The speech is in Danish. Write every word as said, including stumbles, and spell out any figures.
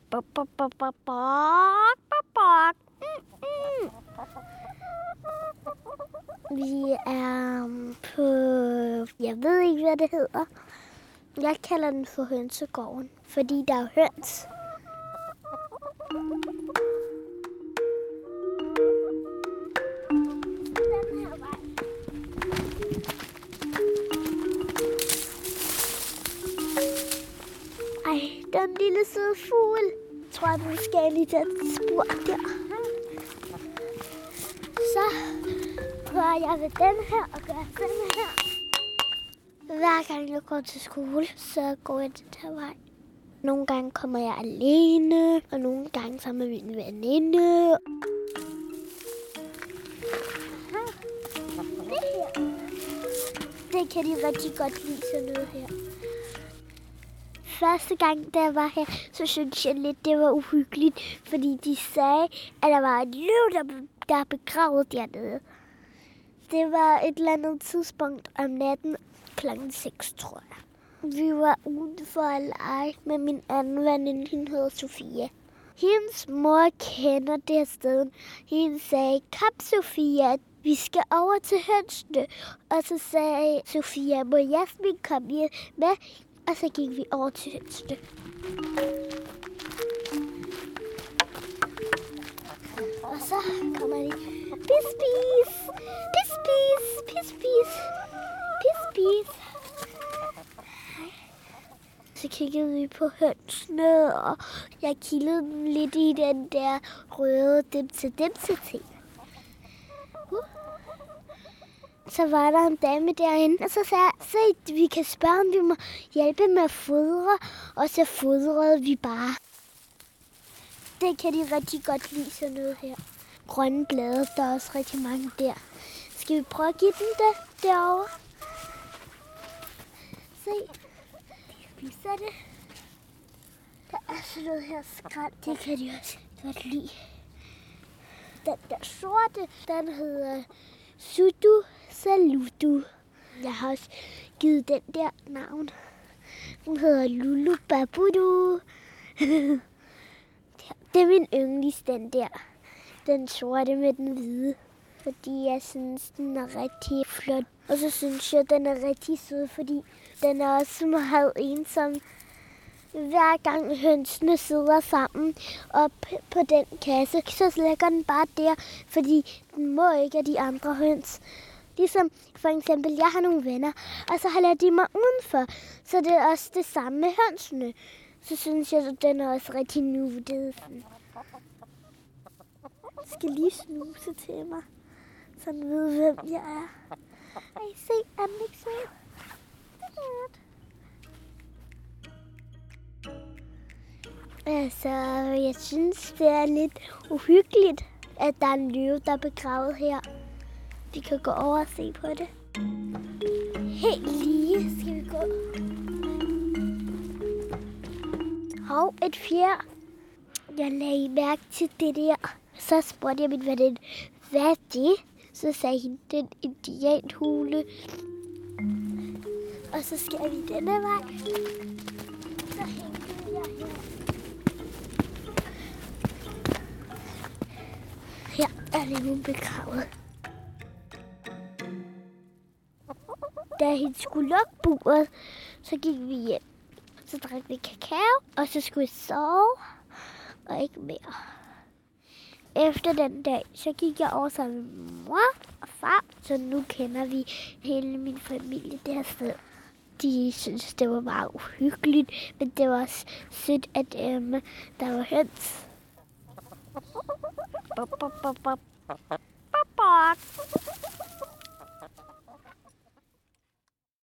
Bok, bok, bok, bok, bok, bok, bok. Mm, mm. Vi er på... Jeg ved ikke, hvad det hedder. Jeg kalder den for hønsegården, fordi der er høns. Ej, der er en lille sød fugl. Jeg tror, at vi skal lige tage et spor der. Så rører jeg ved den her og gør den her. Hver gang jeg går til skole, så går jeg den her vej. Nogle gange kommer jeg alene, og nogle gange sammen med min veninde. Det her. Det kan de rigtig godt lide, sådan noget her. Første gang, da jeg var her, så syntes jeg lidt, det var uhyggeligt, fordi de sagde, at der var et løv, der, der er begravet dernede. Det var et eller andet tidspunkt om natten, klokken seks, tror jeg. Vi var ude for at lege med min anden veninde, hende hedder Sofia. Hendes mor kender det her sted. Hende sagde, kom Sofia, vi skal over til hønsene. Og så sagde Sofia, må Jasmin komme med? Og så gik vi over til hønsene. Og så kommer de. Pis, pis. Pis, pis. Pis, pis. Pis, pis. Så kiggede vi på hønsene, og jeg kildede dem lidt i den der røde dimse-dimse-ting. Uh. Så var der en dame derinde, og så sagde jeg, se, vi kan spørge, om vi må hjælpe med at fodre, og så fodrede vi bare. Det kan de rigtig godt lide, sådan noget her. Grønne blade, der er også rigtig mange der. Skal vi prøve at give dem det derovre? Se, de spiser det. Der er sådan noget her skrald, det kan de også godt lide. Den der sorte, den hedder Sudu Saludu. Jeg har også givet den der navn. Den hedder Lulu Babudu. Det er min yndlings, den der. Den sorte med den hvide. Fordi jeg synes, den er rigtig flot. Og så synes jeg, den er rigtig sød, fordi den er også meget ensom. Hver gang hønsene sidder sammen op på den kasse, så lægger den bare der, fordi den må ikke af de andre høns. Ligesom for eksempel, jeg har nogle venner, og så holder de mig udenfor. Så det er også det samme med hønsene. Så synes jeg, at den er også rigtig nuttet. Jeg skal lige snuse til mig, så den ved, hvem jeg er. Ej, se, er den ikke sød? Altså, jeg synes, det er lidt uhyggeligt, at der er en løve, der er begravet her. Vi kan gå over og se på det. Helt lige skal vi gå. Hov, et fjer. Jeg lagde mærke til det der. Så spurgte jeg min veninde, hvad er det? Så sagde hende, den indianhule. Og så skal vi denne vej. Så hængte jeg her. Her er løven begravet. Da hende skulle lukke buret, så gik vi hjem. Så drak vi kakao, og så skulle vi sove, og ikke mere. Efter den dag, så gik jeg over sammen med mor og far, så nu kender vi hele min familie det her sted. De synes, det var meget uhyggeligt, men det var også sødt, at øhm, der var høns. Bok, bok, bok, bok. Bok, bok.